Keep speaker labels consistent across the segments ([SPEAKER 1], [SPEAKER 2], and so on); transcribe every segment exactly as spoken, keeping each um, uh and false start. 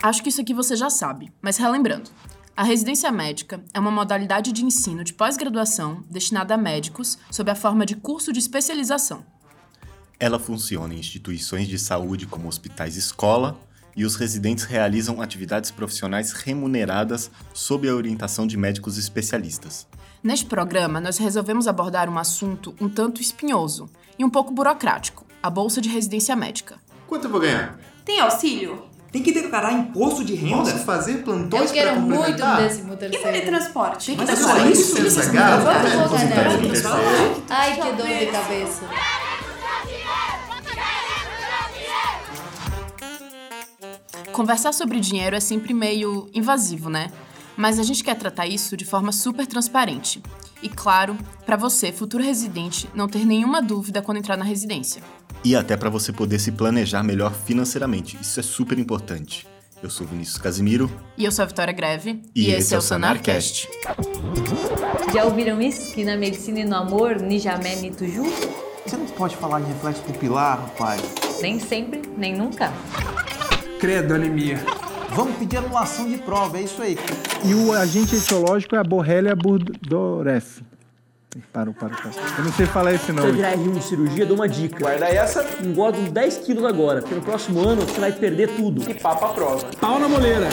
[SPEAKER 1] Acho que isso aqui você já sabe, mas relembrando. A residência médica é uma modalidade de ensino de pós-graduação destinada a médicos sob a forma de curso de especialização.
[SPEAKER 2] Ela funciona em instituições de saúde como hospitais-escola e os residentes realizam atividades profissionais remuneradas sob a orientação de médicos especialistas.
[SPEAKER 1] Neste programa, nós resolvemos abordar um assunto um tanto espinhoso e um pouco burocrático, a Bolsa de Residência Médica.
[SPEAKER 3] Quanto eu vou ganhar?
[SPEAKER 4] Tem auxílio?
[SPEAKER 5] Tem que declarar imposto de renda?
[SPEAKER 3] Posso fazer plantões
[SPEAKER 6] Eu quero
[SPEAKER 3] para
[SPEAKER 6] muito
[SPEAKER 3] complementar?
[SPEAKER 6] um décimo
[SPEAKER 4] E
[SPEAKER 6] terceiro.
[SPEAKER 4] vale transporte?
[SPEAKER 1] Tem que
[SPEAKER 3] Mas é
[SPEAKER 1] declarar
[SPEAKER 3] só isso?
[SPEAKER 1] isso?
[SPEAKER 3] Licença galo?
[SPEAKER 6] Vamos
[SPEAKER 3] É,
[SPEAKER 6] colocar
[SPEAKER 3] aposentadoria
[SPEAKER 6] nela.
[SPEAKER 3] terceira.
[SPEAKER 6] Ai, que dor de cabeça.
[SPEAKER 1] Conversar sobre dinheiro é sempre meio invasivo, né? Mas a gente quer tratar isso de forma super transparente. E claro, para você, futuro residente, não ter nenhuma dúvida quando entrar na residência.
[SPEAKER 2] E até para você poder se planejar melhor financeiramente. Isso é super importante. Eu sou Vinícius Casimiro.
[SPEAKER 1] E eu sou a Vitória Greve.
[SPEAKER 2] E, e esse é o Sanarcast.
[SPEAKER 6] Já ouviram isso? Que na medicina e no amor, Nijamé Mituju?
[SPEAKER 5] Você não pode falar de reflexo pupilar, rapaz.
[SPEAKER 6] Nem sempre, nem nunca.
[SPEAKER 7] Credo, anemia.
[SPEAKER 5] Vamos pedir anulação de prova, é isso aí.
[SPEAKER 7] E o agente etiológico é a Borrelia burgdorferi. Parou, parou, parou. Eu não sei falar esse
[SPEAKER 8] Se
[SPEAKER 7] nome.
[SPEAKER 8] você virar R um de cirurgia, eu dou uma dica. Guarda essa. Engorda uns dez quilos agora, porque no próximo ano você vai perder tudo. E papa a prova.
[SPEAKER 7] Pau na moleira.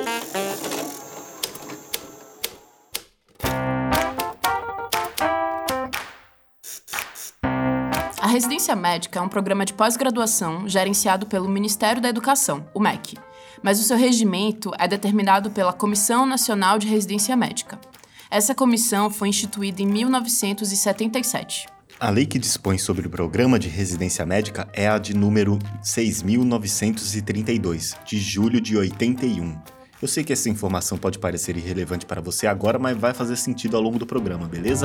[SPEAKER 1] A residência médica é um programa de pós-graduação gerenciado pelo Ministério da Educação, o M E C, mas o seu regimento é determinado pela Comissão Nacional de Residência Médica. Essa comissão foi instituída em mil novecentos e setenta e sete.
[SPEAKER 2] A lei que dispõe sobre o programa de residência médica é a de número seis mil novecentos e trinta e dois, de julho de oitenta e um. Eu sei que essa informação pode parecer irrelevante para você agora, mas vai fazer sentido ao longo do programa, beleza?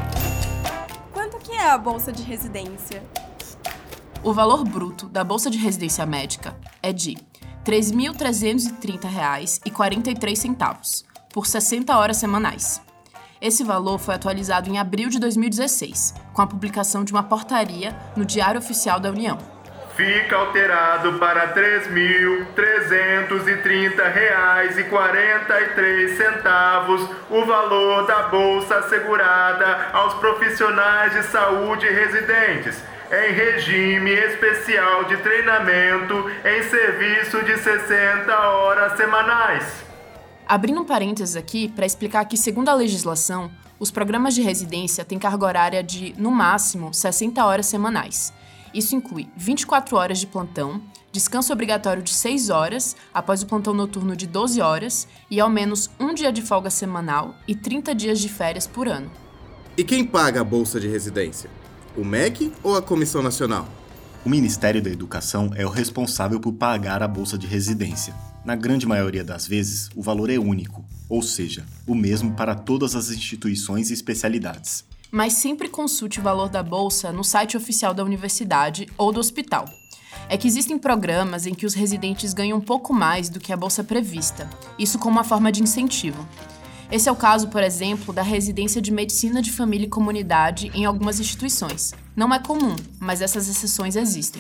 [SPEAKER 4] Quanto que é a bolsa de residência?
[SPEAKER 1] O valor bruto da Bolsa de Residência Médica é de três mil trezentos e trinta reais e quarenta e três centavos, por sessenta horas semanais. Esse valor foi atualizado em abril de dois mil e dezesseis, com a publicação de uma portaria no Diário Oficial da União.
[SPEAKER 9] Fica alterado para três mil trezentos e trinta reais e quarenta e três centavos o valor da bolsa assegurada aos profissionais de saúde residentes em regime especial de treinamento em serviço de sessenta horas semanais.
[SPEAKER 1] Abrindo um parênteses aqui para explicar que, segundo a legislação, os programas de residência têm carga horária de, no máximo, sessenta horas semanais. Isso inclui vinte e quatro horas de plantão, descanso obrigatório de seis horas após o plantão noturno de doze horas e ao menos um dia de folga semanal e trinta dias de férias por ano.
[SPEAKER 3] E quem paga a bolsa de residência? O M E C ou a Comissão Nacional?
[SPEAKER 2] O Ministério da Educação é o responsável por pagar a bolsa de residência. Na grande maioria das vezes, o valor é único, ou seja, o mesmo para todas as instituições e especialidades.
[SPEAKER 1] Mas sempre consulte o valor da bolsa no site oficial da universidade ou do hospital. É que existem programas em que os residentes ganham um pouco mais do que a bolsa prevista, isso como uma forma de incentivo. Esse é o caso, por exemplo, da residência de medicina de família e comunidade em algumas instituições. Não é comum, mas essas exceções existem.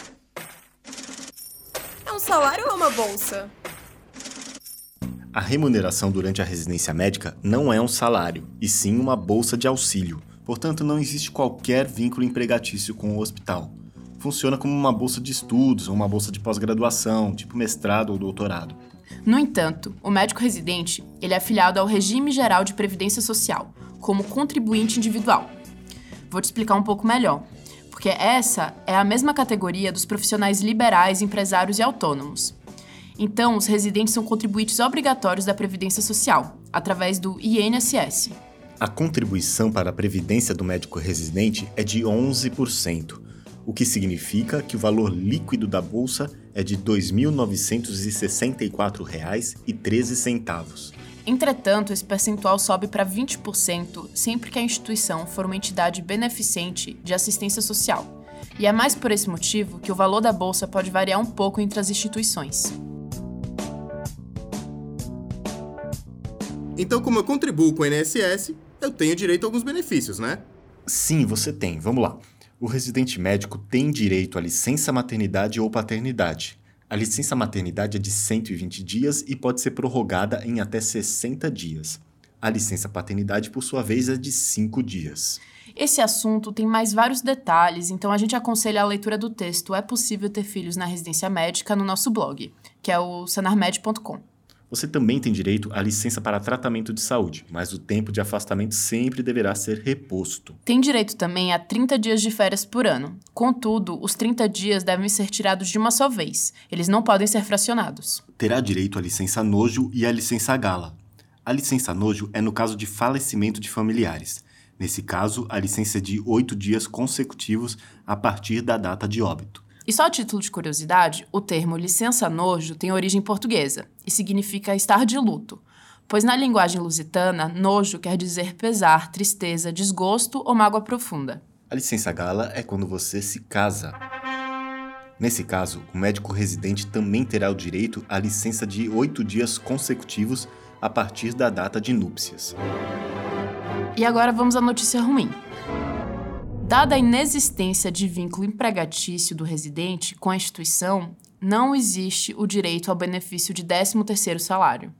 [SPEAKER 4] É um salário ou uma bolsa?
[SPEAKER 2] A remuneração durante a residência médica não é um salário, e sim uma bolsa de auxílio. Portanto, não existe qualquer vínculo empregatício com o hospital. Funciona como uma bolsa de estudos ou uma bolsa de pós-graduação, tipo mestrado ou doutorado.
[SPEAKER 1] No entanto, o médico residente ele é afiliado ao Regime Geral de Previdência Social, como contribuinte individual. Vou te explicar um pouco melhor, porque essa é a mesma categoria dos profissionais liberais, empresários e autônomos. Então, os residentes são contribuintes obrigatórios da Previdência Social, através do I N S S.
[SPEAKER 2] A contribuição para a previdência do médico residente é de onze por cento, o que significa que o valor líquido da bolsa é de dois mil novecentos e sessenta e quatro reais e treze centavos.
[SPEAKER 1] Entretanto, esse percentual sobe para vinte por cento sempre que a instituição for uma entidade beneficente de assistência social. E é mais por esse motivo que o valor da bolsa pode variar um pouco entre as instituições.
[SPEAKER 3] Então, como eu contribuo com o I N S S, eu tenho direito a alguns benefícios, né?
[SPEAKER 2] Sim, você tem. Vamos lá. O residente médico tem direito à licença maternidade ou paternidade, A licença maternidade é de cento e vinte dias e pode ser prorrogada em até sessenta dias. A licença paternidade, por sua vez, é de cinco dias.
[SPEAKER 1] Esse assunto tem mais vários detalhes, então a gente aconselha a leitura do texto É Possível Ter Filhos na Residência Médica no nosso blog, que é o senarmed ponto com.
[SPEAKER 2] Você também tem direito à licença para tratamento de saúde, mas o tempo de afastamento sempre deverá ser reposto.
[SPEAKER 1] Tem direito também a trinta dias de férias por ano. Contudo, os trinta dias devem ser tirados de uma só vez. Eles não podem ser fracionados.
[SPEAKER 2] Terá direito à licença nojo e à licença gala. A licença nojo é no caso de falecimento de familiares. Nesse caso, a licença é de oito dias consecutivos a partir da data de óbito.
[SPEAKER 1] E só a título de curiosidade, o termo licença nojo tem origem portuguesa e significa estar de luto, pois na linguagem lusitana, nojo quer dizer pesar, tristeza, desgosto ou mágoa profunda.
[SPEAKER 2] A licença gala é quando você se casa. Nesse caso, o médico residente também terá o direito à licença de oito dias consecutivos a partir da data de núpcias.
[SPEAKER 1] E agora vamos à notícia ruim. Dada a inexistência de vínculo empregatício do residente com a instituição, não existe o direito ao benefício de décimo terceiro salário.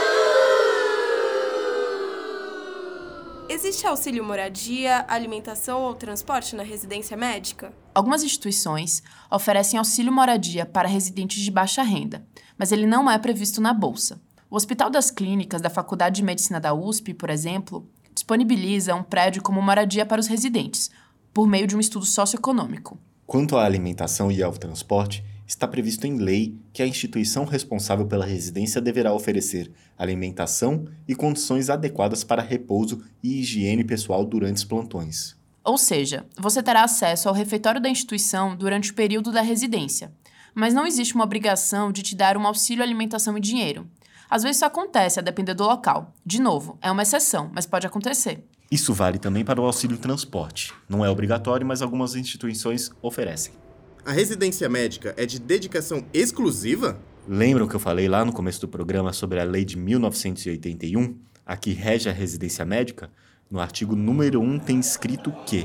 [SPEAKER 4] Existe auxílio moradia, alimentação ou transporte na residência médica?
[SPEAKER 1] Algumas instituições oferecem auxílio moradia para residentes de baixa renda, mas ele não é previsto na Bolsa. O Hospital das Clínicas da Faculdade de Medicina da U S P, por exemplo, disponibiliza um prédio como moradia para os residentes, por meio de um estudo socioeconômico.
[SPEAKER 2] Quanto à alimentação e ao transporte, está previsto em lei que a instituição responsável pela residência deverá oferecer alimentação e condições adequadas para repouso e higiene pessoal durante os plantões.
[SPEAKER 1] Ou seja, você terá acesso ao refeitório da instituição durante o período da residência, mas não existe uma obrigação de te dar um auxílio alimentação e dinheiro. Às vezes isso acontece, a depender do local. De novo, é uma exceção, mas pode acontecer.
[SPEAKER 2] Isso vale também para o auxílio transporte. Não é obrigatório, mas algumas instituições oferecem.
[SPEAKER 3] A residência médica é de dedicação exclusiva?
[SPEAKER 2] Lembram que eu falei lá no começo do programa sobre a lei de mil novecentos e oitenta e um, a que rege a residência médica? No artigo número um tem escrito que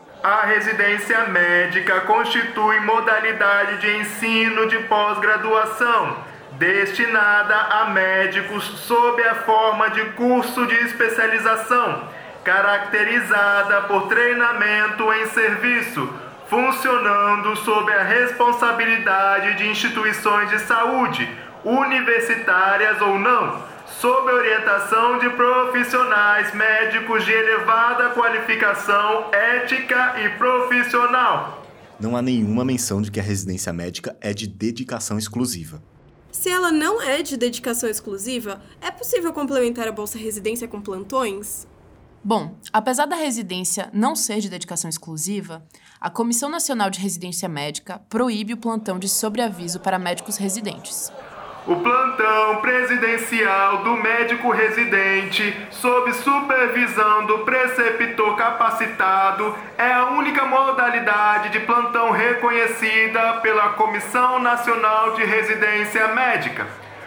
[SPEAKER 9] a residência médica constitui modalidade de ensino de pós-graduação destinada a médicos sob a forma de curso de especialização, caracterizada por treinamento em serviço, funcionando sob a responsabilidade de instituições de saúde, universitárias ou não, sob orientação de profissionais médicos de elevada qualificação ética e profissional.
[SPEAKER 2] Não há nenhuma menção de que a residência médica é de dedicação exclusiva.
[SPEAKER 4] Se ela não é de dedicação exclusiva, é possível complementar a Bolsa Residência com plantões?
[SPEAKER 1] Bom, apesar da residência não ser de dedicação exclusiva, a Comissão Nacional de Residência Médica proíbe o plantão de sobreaviso para médicos residentes.
[SPEAKER 9] O plantão presidencial do médico residente, sob supervisão do preceptor capacitado, é a única modalidade de plantão reconhecida pela Comissão Nacional de Residência Médica.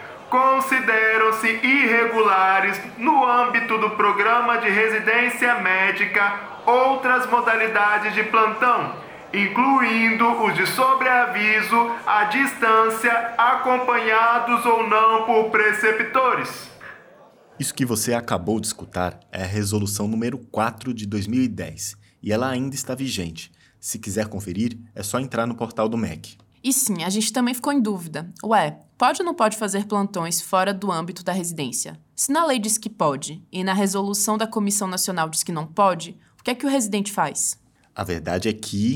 [SPEAKER 9] Consideram-se irregulares, no âmbito do programa de residência médica, outras modalidades de plantão, incluindo os de sobreaviso à distância, acompanhados ou não por preceptores.
[SPEAKER 2] Isso que você acabou de escutar é a resolução número quatro de dois mil e dez, e ela ainda está vigente. Se quiser conferir, é só entrar no portal do M E C.
[SPEAKER 1] E sim, a gente também ficou em dúvida. Ué, pode ou não pode fazer plantões fora do âmbito da residência? Se na lei diz que pode, e na resolução da Comissão Nacional diz que não pode, o que é que o residente faz?
[SPEAKER 2] A verdade é que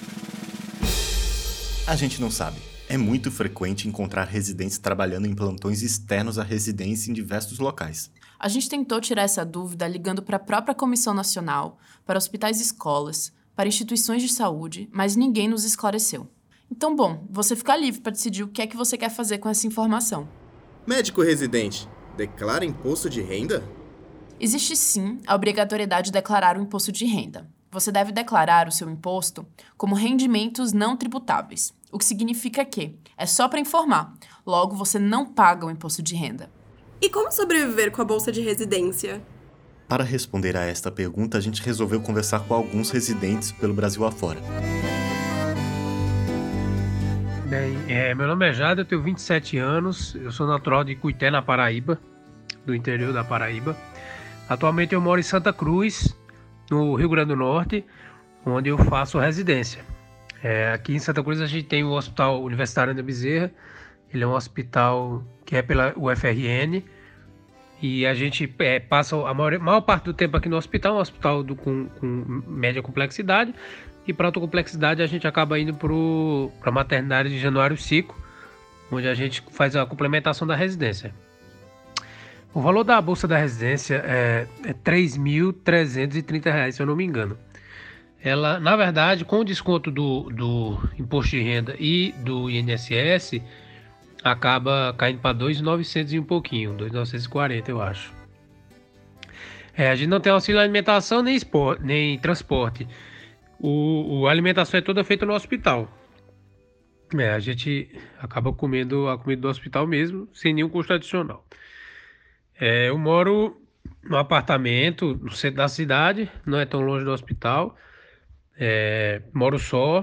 [SPEAKER 2] a gente não sabe. É muito frequente encontrar residentes trabalhando em plantões externos à residência em diversos locais.
[SPEAKER 1] A gente tentou tirar essa dúvida ligando para a própria Comissão Nacional, para hospitais e escolas, para instituições de saúde, mas ninguém nos esclareceu. Então, bom, você fica livre para decidir o que é que você quer fazer com essa informação.
[SPEAKER 3] Médico residente, declara imposto de renda?
[SPEAKER 1] Existe sim a obrigatoriedade de declarar o imposto de renda. Você deve declarar o seu imposto como rendimentos não tributáveis, o que significa que é só para informar, logo você não paga o imposto de renda.
[SPEAKER 4] E como sobreviver com a Bolsa de Residência?
[SPEAKER 2] Para responder a esta pergunta, a gente resolveu conversar com alguns residentes pelo Brasil afora.
[SPEAKER 10] Bem, é, meu nome é Jade, eu tenho vinte e sete anos, eu sou natural de Cuité, na Paraíba, do interior da Paraíba. Atualmente eu moro em Santa Cruz, no Rio Grande do Norte, onde eu faço residência. É, aqui em Santa Cruz a gente tem o Hospital Universitário Ana Bezerra, ele é um hospital que é pela U F R N, e a gente é, passa a maior, maior parte do tempo aqui no hospital, um hospital do, com, com média complexidade, e para alta complexidade a gente acaba indo para a maternidade de Januário Sico, onde a gente faz a complementação da residência. O valor da bolsa da residência é, é três mil trezentos e trinta reais, se eu não me engano. Ela, na verdade, com o desconto do, do imposto de renda e do I N S S, acaba caindo para dois mil e novecentos e um pouquinho, dois mil novecentos e quarenta, eu acho. É, a gente não tem auxílio alimentação nem, espor, nem transporte. O, o, a alimentação é toda feita no hospital. É, a gente acaba comendo a comida do hospital mesmo, sem nenhum custo adicional. É, eu moro num apartamento no centro da cidade, não é tão longe do hospital. É, moro só.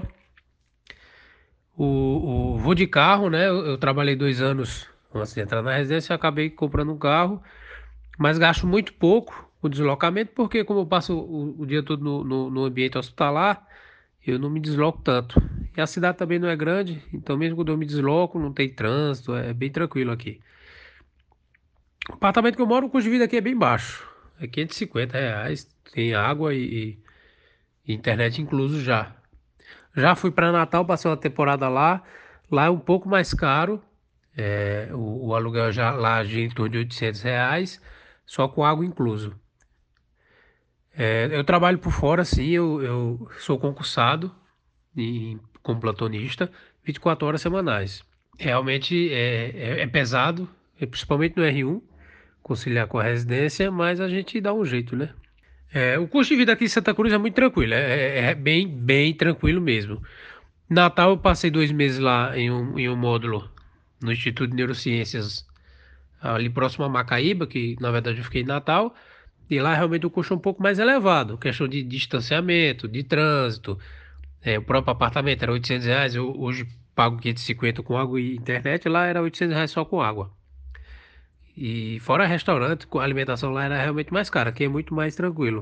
[SPEAKER 10] O, o, vou de carro, né? Eu, eu trabalhei dois anos antes de entrar na residência, acabei comprando um carro, mas gasto muito pouco o deslocamento, porque como eu passo o, o dia todo no, no, no ambiente hospitalar, eu não me desloco tanto. E a cidade também não é grande, então mesmo quando eu me desloco, não tem trânsito, é bem tranquilo aqui. O apartamento que eu moro, o custo de vida aqui é bem baixo. É quinhentos e cinquenta reais, tem água e, e internet incluso já. Já fui para Natal, passei uma temporada lá. Lá é um pouco mais caro. É, o, o aluguel já lá gira em torno de oitocentos reais, só com água incluso. É, eu trabalho por fora, sim. Eu, eu sou concursado em, como plantonista, vinte e quatro horas semanais. Realmente é, é, é pesado, principalmente no R um, conciliar com a residência, mas a gente dá um jeito, né? É, o custo de vida aqui em Santa Cruz é muito tranquilo, é, é bem, bem tranquilo mesmo. Natal eu passei dois meses lá em um, em um módulo no Instituto de Neurociências, ali próximo a Macaíba, que na verdade eu fiquei em Natal, e lá realmente o custo é um pouco mais elevado, questão de distanciamento, de trânsito, é, o próprio apartamento era oitocentos reais, eu hoje pago quinhentos e cinquenta com água e internet, lá era oitocentos reais só com água. E fora restaurante, a alimentação lá era realmente mais cara, aqui é muito mais tranquilo.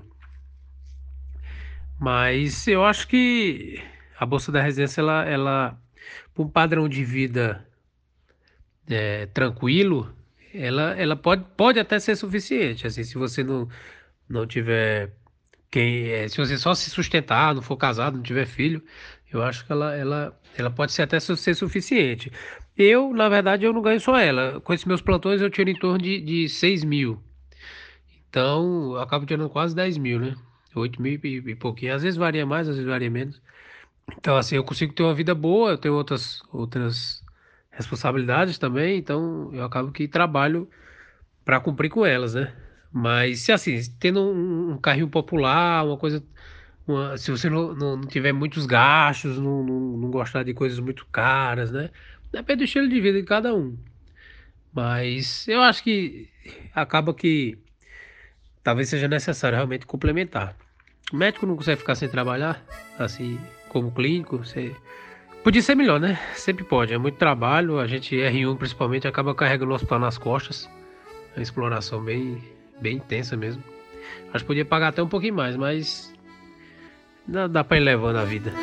[SPEAKER 10] Mas eu acho que a bolsa da residência, ela, ela para um padrão de vida é, tranquilo, ela, ela pode, pode até ser suficiente. Assim, se você não, não tiver quem, é, se você só se sustentar, não for casado, não tiver filho, eu acho que ela, ela, ela pode ser até ser suficiente. Eu, na verdade, eu não ganho só ela. Com esses meus plantões eu tiro em torno de, de seis mil. Então, eu acabo tirando quase dez mil, né? oito mil e, e pouquinho. Às vezes varia mais, às vezes varia menos. Então, assim, eu consigo ter uma vida boa, eu tenho outras, outras responsabilidades também, então eu acabo que trabalho para cumprir com elas, né? Mas, se assim, tendo um, um carrinho popular, uma coisa... Uma, se você não, não, não tiver muitos gastos, não, não, não gostar de coisas muito caras, né? Depende do estilo de vida de cada um. Mas eu acho que acaba que talvez seja necessário realmente complementar. O médico não consegue ficar sem trabalhar, assim, como clínico. Você... Podia ser melhor, né? Sempre pode. É muito trabalho. A gente, R um principalmente, acaba carregando o hospital nas costas. É uma exploração bem, bem intensa mesmo. Acho que podia pagar até um pouquinho mais, mas dá, dá pra ir levando a vida.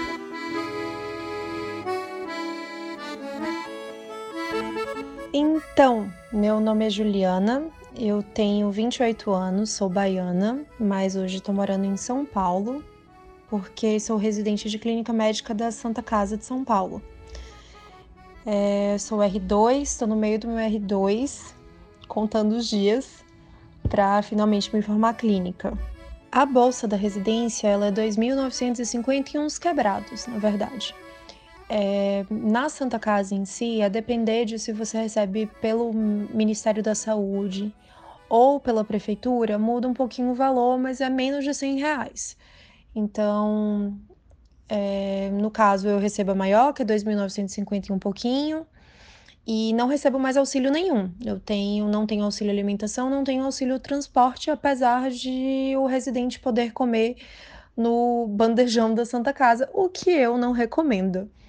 [SPEAKER 11] Então, meu nome é Juliana, eu tenho vinte e oito anos, sou baiana, mas hoje estou morando em São Paulo, porque sou residente de clínica médica da Santa Casa de São Paulo. É, sou R dois, estou no meio do meu R dois, contando os dias para finalmente me formar clínica. A bolsa da residência ela é dois mil novecentos e cinquenta e um quebrados, na verdade. É, na Santa Casa em si, a depender de se você recebe pelo Ministério da Saúde ou pela Prefeitura, muda um pouquinho o valor, mas é menos de cem reais. Então, é, no caso, eu recebo a maior, que é dois mil novecentos e cinquenta e um pouquinho, e não recebo mais auxílio nenhum. Eu tenho, não tenho auxílio alimentação, não tenho auxílio transporte, apesar de o residente poder comer no bandejão da Santa Casa, o que eu não recomendo.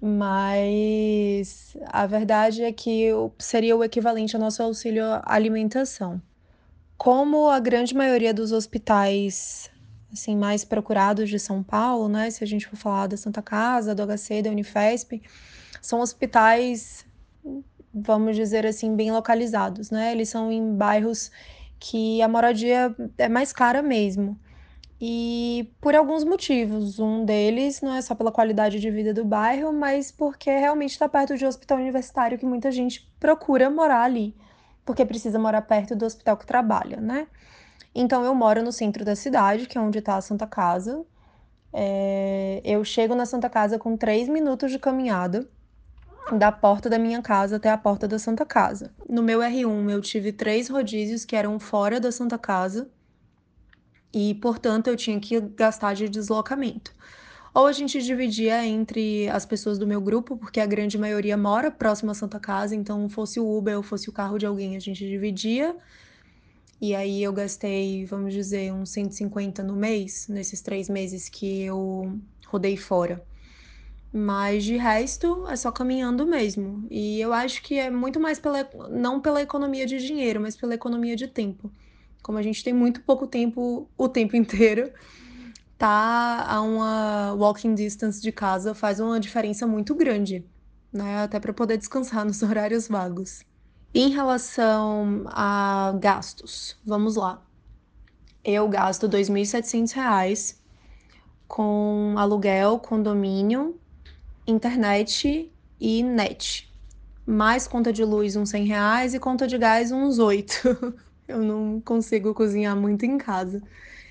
[SPEAKER 11] mas a verdade é que seria o equivalente ao nosso auxílio alimentação. Como a grande maioria dos hospitais assim, mais procurados de São Paulo, né, se a gente for falar da Santa Casa, do H C, da Unifesp, são hospitais, vamos dizer assim, bem localizados, né? Eles são em bairros que a moradia é mais cara mesmo. E por alguns motivos. Um deles não é só pela qualidade de vida do bairro, mas porque realmente está perto de um hospital universitário que muita gente procura morar ali, porque precisa morar perto do hospital que trabalha, né? Então eu moro no centro da cidade, que é onde está a Santa Casa. É... Eu chego na Santa Casa com três minutos de caminhada da porta da minha casa até a porta da Santa Casa. No meu R um eu tive três rodízios que eram fora da Santa Casa e, portanto, eu tinha que gastar de deslocamento. Ou a gente dividia entre as pessoas do meu grupo, porque a grande maioria mora próximo à Santa Casa, então fosse o Uber ou fosse o carro de alguém, a gente dividia. E aí eu gastei, vamos dizer, uns cento e cinquenta no mês, nesses três meses que eu rodei fora. Mas de resto é só caminhando mesmo. E eu acho que é muito mais pela, não pela economia de dinheiro, mas pela economia de tempo. Como a gente tem muito pouco tempo o tempo inteiro, tá a uma walking distance de casa faz uma diferença muito grande, né? Até para poder descansar nos horários vagos. Em relação a gastos, vamos lá. Eu gasto dois mil e setecentos reais com aluguel, condomínio, internet e net. Mais conta de luz uns cem reais e conta de gás uns oito. Eu não consigo cozinhar muito em casa.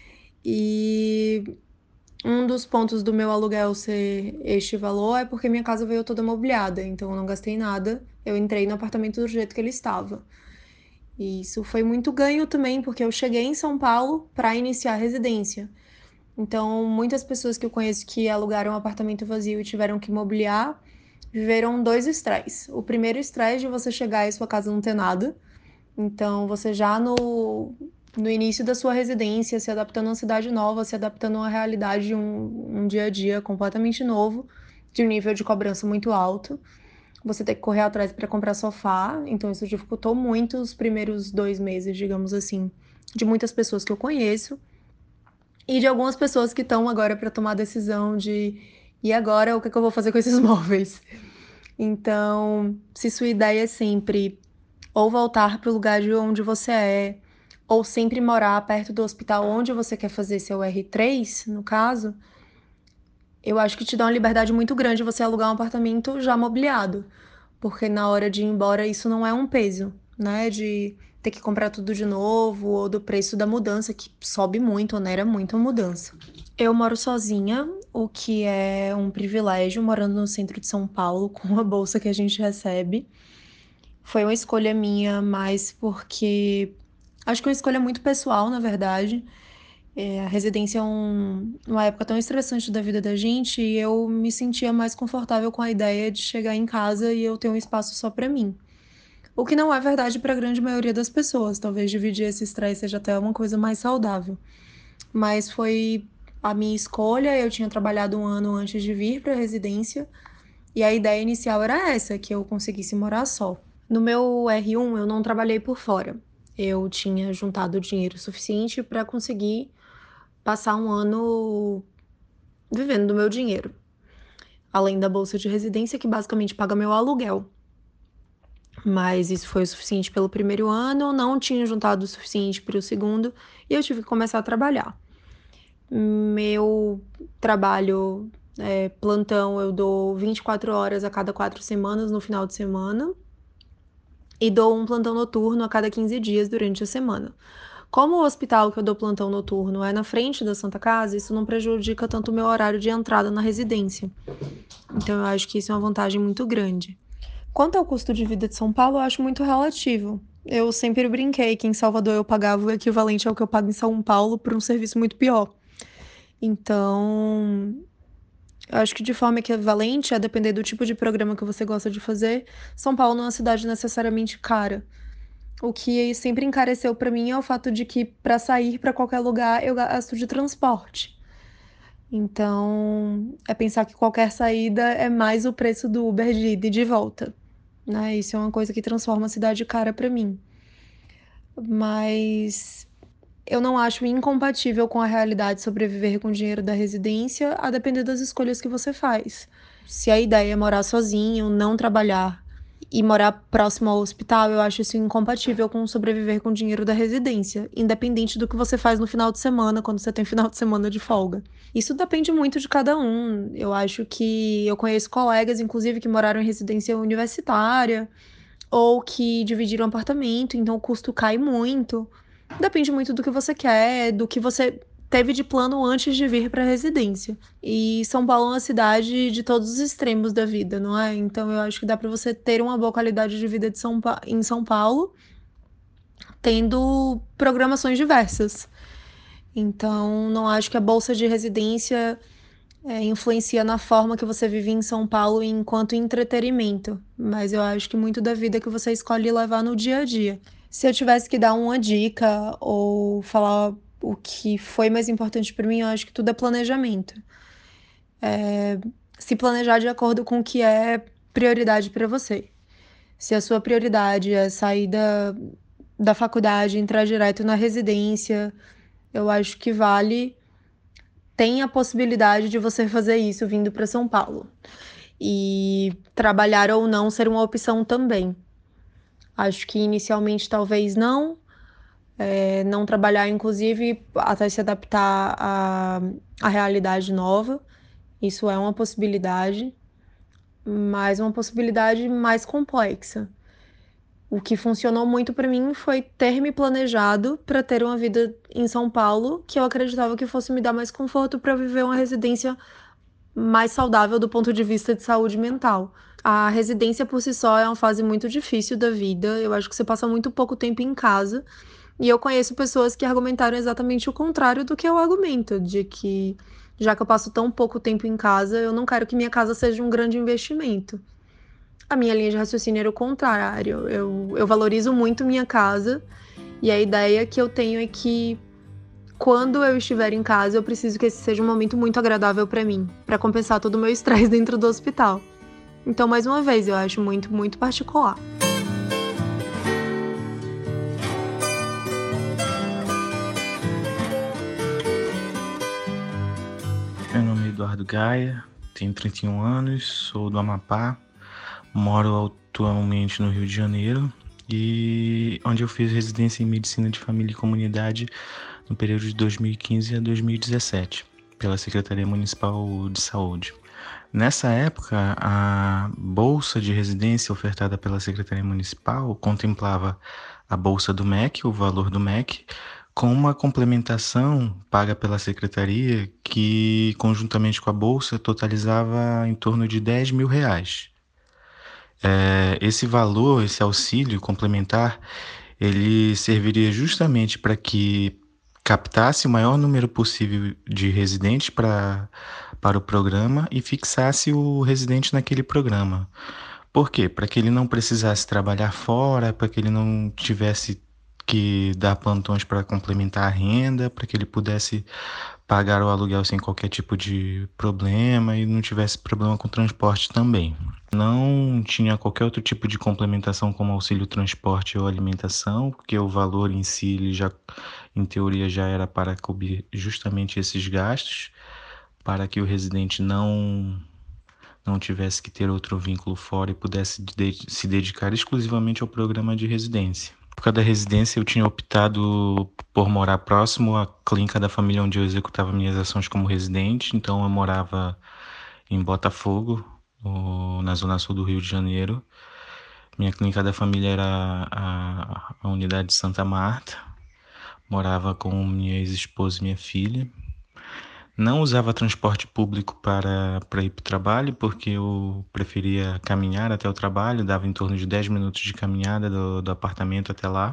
[SPEAKER 11] E um dos pontos do meu aluguel ser este valor é porque minha casa veio toda mobiliada, então eu não gastei nada. Eu entrei no apartamento do jeito que ele estava. E isso foi muito ganho também, porque eu cheguei em São Paulo para iniciar a residência. Então, muitas pessoas que eu conheço que alugaram um apartamento vazio e tiveram que mobiliar, viveram dois estresses. O primeiro estresse de você chegar e sua casa não ter nada. Então, você já no, no início da sua residência, se adaptando a uma cidade nova, se adaptando a uma realidade, um, um dia a dia completamente novo, de um nível de cobrança muito alto. Você tem que correr atrás para comprar sofá, então isso dificultou muito os primeiros dois meses, digamos assim, de muitas pessoas que eu conheço. E de algumas pessoas que estão agora para tomar a decisão de e agora o que, é que eu vou fazer com esses móveis? Então, se sua ideia é sempre ou voltar para o lugar de onde você é, ou sempre morar perto do hospital onde você quer fazer seu R três, no caso, eu acho que te dá uma liberdade muito grande você alugar um apartamento já mobiliado, porque na hora de ir embora isso não é um peso, né? De ter que comprar tudo de novo, ou do preço da mudança, que sobe muito, onera muito a mudança. Eu moro sozinha, o que é um privilégio, morando no centro de São Paulo, com a bolsa que a gente recebe. Foi uma escolha minha, mas porque... Acho que é uma escolha muito pessoal, na verdade. É, a residência é um, uma época tão estressante da vida da gente, e eu me sentia mais confortável com a ideia de chegar em casa e eu ter um espaço só pra mim. O que não é verdade para a grande maioria das pessoas. Talvez dividir esse estresse seja até uma coisa mais saudável. Mas foi a minha escolha. Eu tinha trabalhado um ano antes de vir para a residência. E a ideia inicial era essa, que eu conseguisse morar só. No meu R um, eu não trabalhei por fora. Eu tinha juntado dinheiro suficiente para conseguir passar um ano vivendo do meu dinheiro. Além da bolsa de residência, que basicamente paga meu aluguel. Mas isso foi o suficiente pelo primeiro ano, não tinha juntado o suficiente para o segundo e eu tive que começar a trabalhar. Meu trabalho, é, plantão, eu dou vinte e quatro horas a cada quatro semanas no final de semana e dou um plantão noturno a cada quinze dias durante a semana. Como o hospital que eu dou plantão noturno é na frente da Santa Casa, isso não prejudica tanto o meu horário de entrada na residência. Então eu acho que isso é uma vantagem muito grande. Quanto ao custo de vida de São Paulo, eu acho muito relativo. Eu sempre brinquei que em Salvador eu pagava o equivalente ao que eu pago em São Paulo por um serviço muito pior. Então, eu acho que de forma equivalente, a depender do tipo de programa que você gosta de fazer, São Paulo não é uma cidade necessariamente cara. O que sempre encareceu pra mim é o fato de que, pra sair pra qualquer lugar, eu gasto de transporte. Então, é pensar que qualquer saída é mais o preço do Uber de ida e de volta, né? Isso é uma coisa que transforma a cidade cara para mim. Mas eu não acho incompatível com a realidade sobreviver com o dinheiro da residência, a depender das escolhas que você faz. Se a ideia é morar sozinho, não trabalhar e morar próximo ao hospital, eu acho isso incompatível com sobreviver com o dinheiro da residência, independente do que você faz no final de semana, quando você tem final de semana de folga. Isso depende muito de cada um. Eu acho que eu conheço colegas, inclusive, que moraram em residência universitária ou que dividiram apartamento, então o custo cai muito. Depende muito do que você quer, do que você teve de plano antes de vir para a residência. E São Paulo é uma cidade de todos os extremos da vida, não é? Então eu acho que dá para você ter uma boa qualidade de vida de São pa- em São Paulo, tendo programações diversas. Então não acho que a bolsa de residência é, influencia na forma que você vive em São Paulo enquanto entretenimento, mas eu acho que muito da vida que você escolhe levar no dia a dia. Se eu tivesse que dar uma dica ou falar o que foi mais importante para mim, eu acho que tudo é planejamento. É, se planejar de acordo com o que é prioridade para você. Se a sua prioridade é sair da, da faculdade, entrar direto na residência, eu acho que vale, tem a possibilidade de você fazer isso vindo para São Paulo. E trabalhar ou não ser uma opção também. Acho que inicialmente talvez não, é, não trabalhar inclusive até se adaptar à, à realidade nova. Isso é uma possibilidade, mas uma possibilidade mais complexa. O que funcionou muito para mim foi ter me planejado para ter uma vida em São Paulo, que eu acreditava que fosse me dar mais conforto para viver uma residência mais saudável do ponto de vista de saúde mental. A residência por si só é uma fase muito difícil da vida. Eu acho que você passa muito pouco tempo em casa. E eu conheço pessoas que argumentaram exatamente o contrário do que eu argumento, de que já que eu passo tão pouco tempo em casa, eu não quero que minha casa seja um grande investimento. A minha linha de raciocínio era o contrário. Eu, eu valorizo muito minha casa e a ideia que eu tenho é que quando eu estiver em casa, eu preciso que esse seja um momento muito agradável para mim, para compensar todo o meu estresse dentro do hospital. Então, mais uma vez, eu acho muito, muito particular.
[SPEAKER 12] Meu nome é Eduardo Gaia, tenho trinta e um anos, sou do Amapá, moro atualmente no Rio de Janeiro, e onde eu fiz residência em Medicina de Família e Comunidade no período de dois mil e quinze a dois mil e dezessete, pela Secretaria Municipal de Saúde. Nessa época, a bolsa de residência ofertada pela Secretaria Municipal contemplava a bolsa do M E C, o valor do M E C, com uma complementação paga pela Secretaria que, conjuntamente com a bolsa, totalizava em torno de dez mil reais. É, esse valor, esse auxílio complementar, ele serviria justamente para que captasse o maior número possível de residentes pra, para o programa e fixasse o residente naquele programa. Por quê? Para que ele não precisasse trabalhar fora, para que ele não tivesse que dar plantões para complementar a renda, para que ele pudesse pagar o aluguel sem qualquer tipo de problema e não tivesse problema com transporte também. Não tinha qualquer outro tipo de complementação como auxílio transporte ou alimentação, porque o valor em si, ele já, em teoria, já era para cobrir justamente esses gastos, para que o residente não, não tivesse que ter outro vínculo fora e pudesse de, se dedicar exclusivamente ao programa de residência. Na época da residência, eu tinha optado por morar próximo à clínica da família onde eu executava minhas ações como residente, então eu morava em Botafogo, na zona sul do Rio de Janeiro. Minha clínica da família era a, a unidade de Santa Marta. Morava com minha ex-esposa e minha filha. Não usava transporte público para, para ir para o trabalho, porque eu preferia caminhar até o trabalho, dava em torno de dez minutos de caminhada do, do apartamento até lá.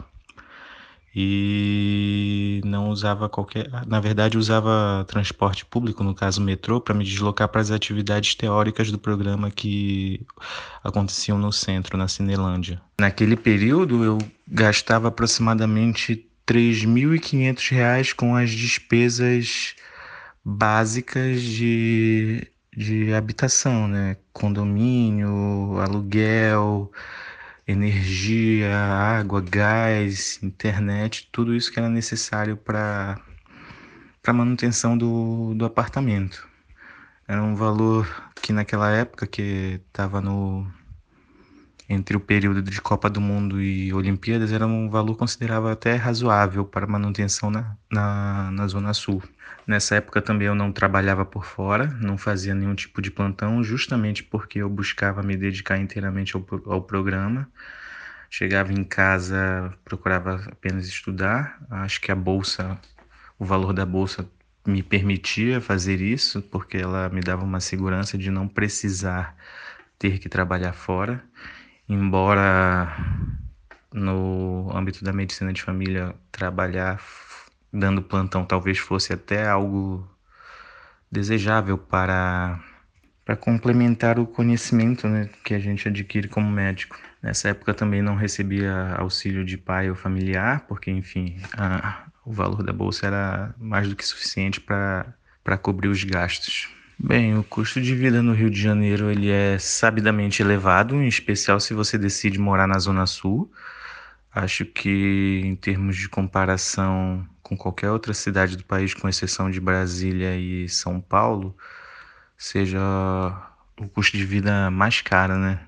[SPEAKER 12] E não usava qualquer... Na verdade, usava transporte público, no caso metrô, para me deslocar para as atividades teóricas do programa que aconteciam no centro, na Cinelândia. Naquele período, eu gastava aproximadamente três mil e quinhentos reais com as despesas básicas de, de habitação, né? Condomínio, aluguel, energia, água, gás, internet, tudo isso que era necessário para para manutenção do, do apartamento. Era um valor que naquela época, que estava no entre o período de Copa do Mundo e Olimpíadas, era um valor considerável até razoável para manutenção na, na, na Zona Sul. Nessa época também eu não trabalhava por fora, não fazia nenhum tipo de plantão, justamente porque eu buscava me dedicar inteiramente ao, ao programa. Chegava em casa, procurava apenas estudar. Acho que a bolsa, o valor da bolsa me permitia fazer isso, porque ela me dava uma segurança de não precisar ter que trabalhar fora. Embora no âmbito da medicina de família trabalhar dando plantão talvez fosse até algo desejável para, para complementar o conhecimento, né, que a gente adquire como médico. Nessa época também não recebia auxílio de pai ou familiar, porque, enfim, a, o valor da bolsa era mais do que suficiente para, para cobrir os gastos. Bem, o custo de vida no Rio de Janeiro ele é sabidamente elevado, em especial se você decide morar na Zona Sul. Acho que, em termos de comparação com qualquer outra cidade do país, com exceção de Brasília e São Paulo, seja o custo de vida mais caro, né?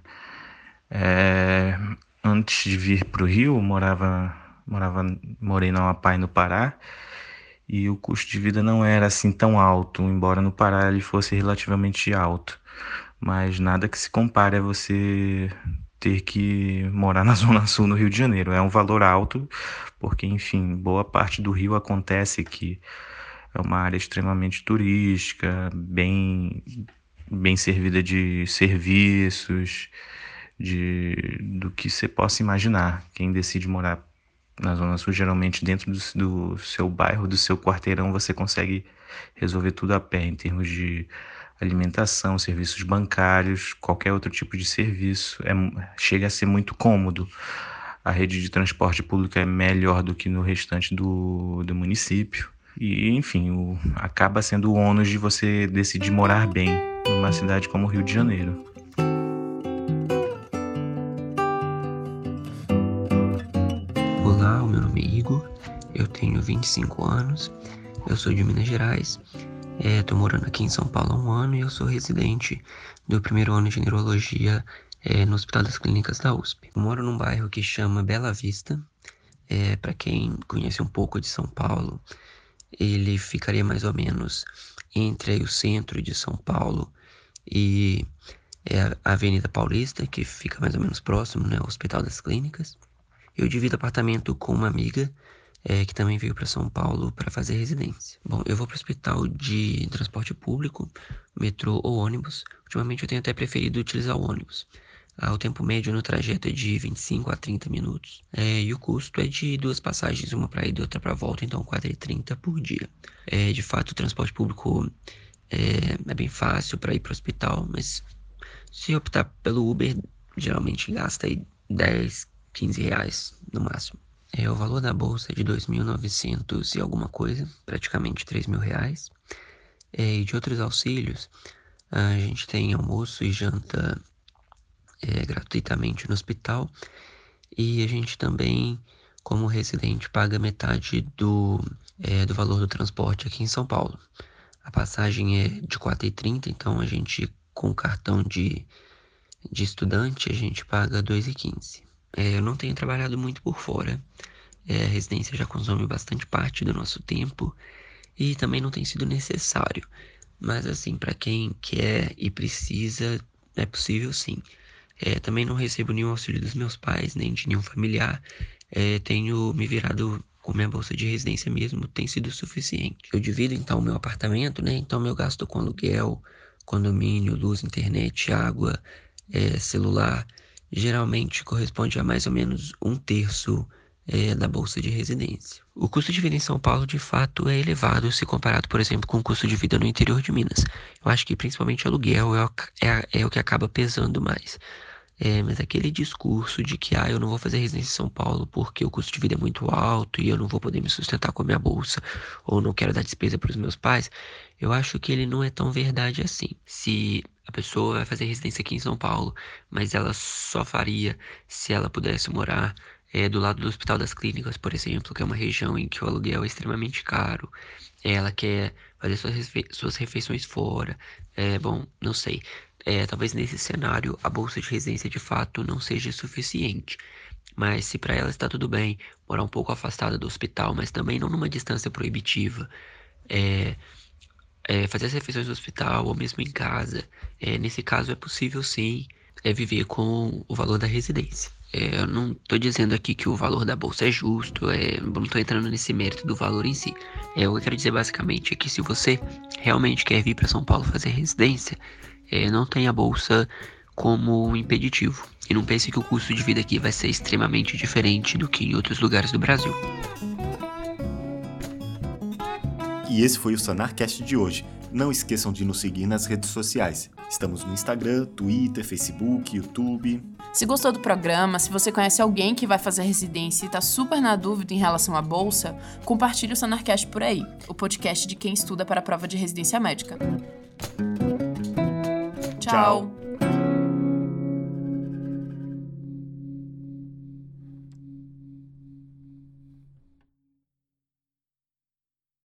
[SPEAKER 12] É, antes de vir para o Rio, morava, morava, morei no Amapá e no Pará, e o custo de vida não era assim tão alto, embora no Pará ele fosse relativamente alto. Mas nada que se compare a você ter que morar na Zona Sul, no Rio de Janeiro. É um valor alto, porque, enfim, boa parte do Rio acontece aqui. É uma área extremamente turística, bem, bem servida de serviços, de, do que você possa imaginar. Quem decide morar na Zona Sul, geralmente dentro do, do seu bairro, do seu quarteirão, você consegue resolver tudo a pé, em termos de alimentação, serviços bancários, qualquer outro tipo de serviço. É, chega a ser muito cômodo. A rede de transporte público é melhor do que no restante do, do município. E, enfim, o, acaba sendo o ônus de você decidir morar bem numa cidade como o Rio de Janeiro.
[SPEAKER 13] Olá, o meu nome é Igor, eu tenho vinte e cinco anos, eu sou de Minas Gerais, estou é, morando aqui em São Paulo há um ano e eu sou residente do primeiro ano de Neurologia é, no Hospital das Clínicas da U S P. Eu moro num bairro que chama Bela Vista, é, para quem conhece um pouco de São Paulo, ele ficaria mais ou menos entre aí, o centro de São Paulo e é, a Avenida Paulista, que fica mais ou menos próximo, né, ao Hospital das Clínicas. Eu divido apartamento com uma amiga é, que também veio para São Paulo para fazer residência. Bom, eu vou para o hospital de transporte público, metrô ou ônibus. Ultimamente eu tenho até preferido utilizar o ônibus. Ah, o tempo médio no trajeto é de vinte e cinco a trinta minutos. É, e o custo é de duas passagens, uma para ida e outra para volta, então quatro reais e trinta centavos por dia. É, de fato, o transporte público é, é bem fácil para ir para o hospital, mas se optar pelo Uber, geralmente gasta aí dez, quinze reais no máximo. É, o valor da bolsa é de dois mil e novecentos e alguma coisa, praticamente três mil reais. É, e de outros auxílios, a gente tem almoço e janta é, gratuitamente no hospital. E a gente também, como residente, paga metade do, é, do valor do transporte aqui em São Paulo. A passagem é de quatro reais e trinta centavos, então a gente, com cartão de, de estudante, a gente paga dois reais e quinze centavos. É, eu não tenho trabalhado muito por fora, é, a residência já consome bastante parte do nosso tempo e também não tem sido necessário. Mas assim, para quem quer e precisa, é possível sim. É, também não recebo nenhum auxílio dos meus pais, nem de nenhum familiar. É, tenho me virado com minha bolsa de residência mesmo, tem sido suficiente. Eu divido então o meu apartamento, né? Então meu gasto com aluguel, condomínio, luz, internet, água, é, celular, geralmente corresponde a mais ou menos um terço é, da bolsa de residência. O custo de vida em São Paulo, de fato, é elevado se comparado, por exemplo, com o custo de vida no interior de Minas. Eu acho que principalmente aluguel é o, é, é o que acaba pesando mais. É, mas aquele discurso de que ah, eu não vou fazer residência em São Paulo porque o custo de vida é muito alto e eu não vou poder me sustentar com a minha bolsa ou não quero dar despesa para os meus pais, eu acho que ele não é tão verdade assim. Se a pessoa vai fazer residência aqui em São Paulo, mas ela só faria se ela pudesse morar é, do lado do Hospital das Clínicas, por exemplo, que é uma região em que o aluguel é extremamente caro, ela quer fazer suas, refe- suas refeições fora, é, bom, não sei. É, talvez nesse cenário a bolsa de residência de fato não seja suficiente. Mas se para ela está tudo bem morar um pouco afastada do hospital, mas também não numa distância proibitiva, é, é, fazer as refeições no hospital ou mesmo em casa, é, nesse caso é possível sim é, viver com o valor da residência. É, eu não estou dizendo aqui que o valor da bolsa é justo, é, não estou entrando nesse mérito do valor em si. É, o que eu quero dizer basicamente é que se você realmente quer vir para São Paulo fazer residência, É, não tenha a bolsa como impeditivo. E não pense que o custo de vida aqui vai ser extremamente diferente do que em outros lugares do Brasil.
[SPEAKER 2] E esse foi o SanarCast de hoje. Não esqueçam de nos seguir nas redes sociais. Estamos no Instagram, Twitter, Facebook, YouTube.
[SPEAKER 1] Se gostou do programa, se você conhece alguém que vai fazer residência e está super na dúvida em relação à bolsa, compartilhe o SanarCast por aí, o podcast de quem estuda para a prova de residência médica. Tchau!